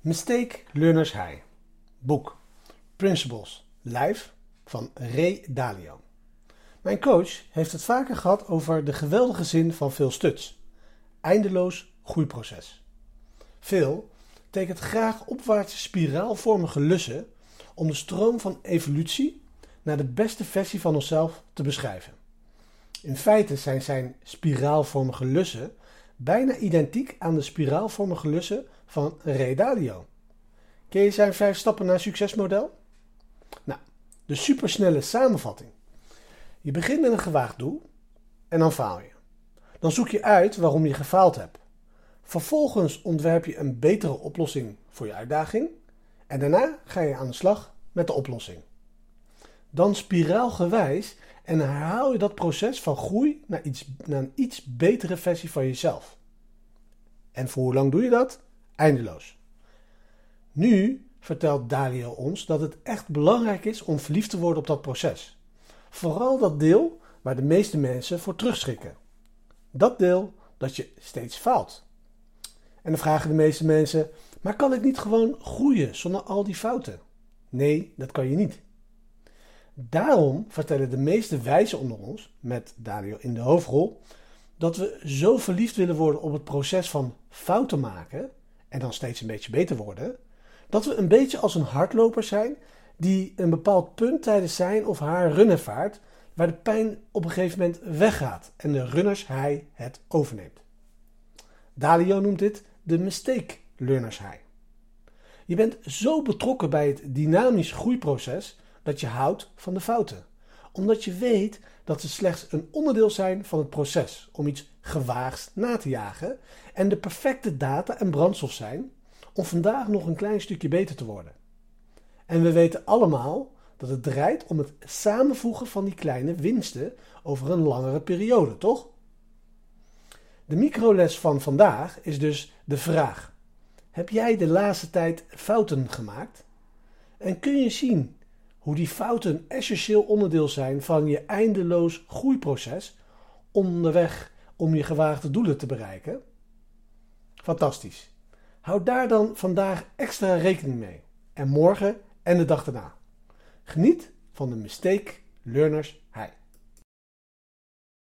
Mistake Learners High. Boek Principles Live van Ray Dalio. Mijn coach heeft het vaker gehad over de geweldige zin van Phil Stutz. Eindeloos groeiproces. Phil tekent graag opwaartse spiraalvormige lussen om de stroom van evolutie naar de beste versie van onszelf te beschrijven. In feite zijn zijn spiraalvormige lussen bijna identiek aan de spiraalvormige lussen van Ray Dalio. Ken je zijn 5 stappen naar succesmodel? Nou, de supersnelle samenvatting. Je begint met een gewaagd doel en dan faal je. Dan zoek je uit waarom je gefaald hebt. Vervolgens ontwerp je een betere oplossing voor je uitdaging en daarna ga je aan de slag met de oplossing. Dan spiraalgewijs en herhaal je dat proces van groei naar een iets betere versie van jezelf. En voor hoe lang doe je dat? Eindeloos. Nu vertelt Dalio ons dat het echt belangrijk is om verliefd te worden op dat proces. Vooral dat deel waar de meeste mensen voor terugschrikken. Dat deel dat je steeds faalt. En dan vragen de meeste mensen, maar kan ik niet gewoon groeien zonder al die fouten? Nee, dat kan je niet. Daarom vertellen de meeste wijzen onder ons, met Dalio in de hoofdrol, dat we zo verliefd willen worden op het proces van fouten maken en dan steeds een beetje beter worden, dat we een beetje als een hardloper zijn die een bepaald punt tijdens zijn of haar run ervaart waar de pijn op een gegeven moment weggaat en de runners high het overneemt. Dalio noemt dit de Mistake Learners High. Je bent zo betrokken bij het dynamisch groeiproces dat je houdt van de fouten, omdat je weet dat ze slechts een onderdeel zijn van het proces om iets gewaagds na te jagen en de perfecte data en brandstof zijn om vandaag nog een klein stukje beter te worden. En we weten allemaal dat het draait om het samenvoegen van die kleine winsten over een langere periode, toch? De microles van vandaag is dus de vraag: heb jij de laatste tijd fouten gemaakt? En kun je zien hoe die fouten een essentieel onderdeel zijn van je eindeloos groeiproces onderweg om je gewaagde doelen te bereiken? Fantastisch. Houd daar dan vandaag extra rekening mee. En morgen en de dag daarna. Geniet van de Mistake Learners